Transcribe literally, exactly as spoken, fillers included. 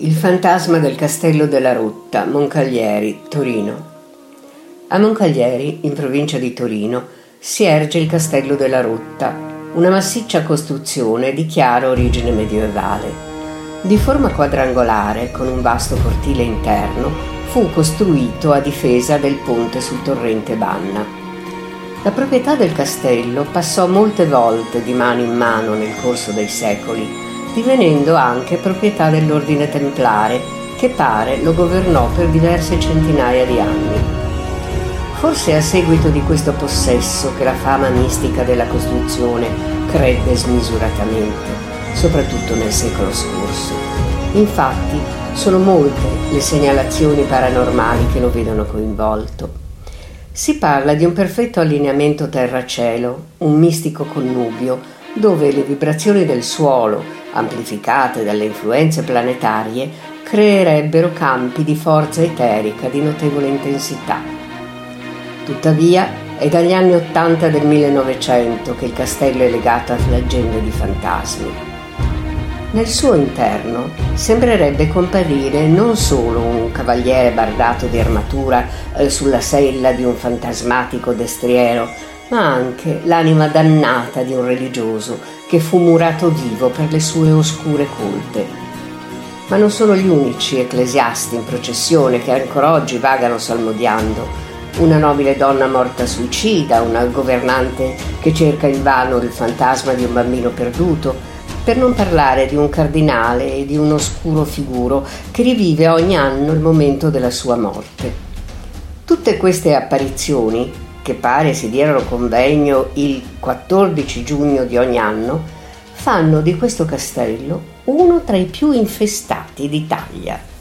Il fantasma del Castello della Rotta, Moncaglieri, Torino. A Moncaglieri, in provincia di Torino, si erge il Castello della Rotta, una massiccia costruzione di chiara origine medievale. Di forma quadrangolare, con un vasto cortile interno, fu costruito a difesa del ponte sul torrente Banna. La proprietà del castello passò molte volte di mano in mano nel corso dei secoli, divenendo anche proprietà dell'ordine templare, che pare lo governò per diverse centinaia di anni. Forse a seguito di questo possesso che la fama mistica della costruzione crebbe smisuratamente, soprattutto nel secolo scorso. Infatti, sono molte le segnalazioni paranormali che lo vedono coinvolto. Si parla di un perfetto allineamento terra-cielo, un mistico connubio, dove le vibrazioni del suolo, amplificate dalle influenze planetarie, creerebbero campi di forza eterica di notevole intensità. Tuttavia, è dagli anni Ottanta del millenovecento che il castello è legato a leggende di fantasmi. Nel suo interno sembrerebbe comparire non solo un cavaliere bardato di armatura eh, sulla sella di un fantasmatico destriero, ma anche l'anima dannata di un religioso che fu murato vivo per le sue oscure colte. Ma non sono gli unici ecclesiasti in processione che ancora oggi vagano salmodiando. Una nobile donna morta suicida, una governante che cerca invano il fantasma di un bambino perduto, per non parlare di un cardinale e di un oscuro figuro che rivive ogni anno il momento della sua morte. Tutte queste apparizioni, che pare si diano convegno il quattordici giugno di ogni anno, fanno di questo castello uno tra i più infestati d'Italia.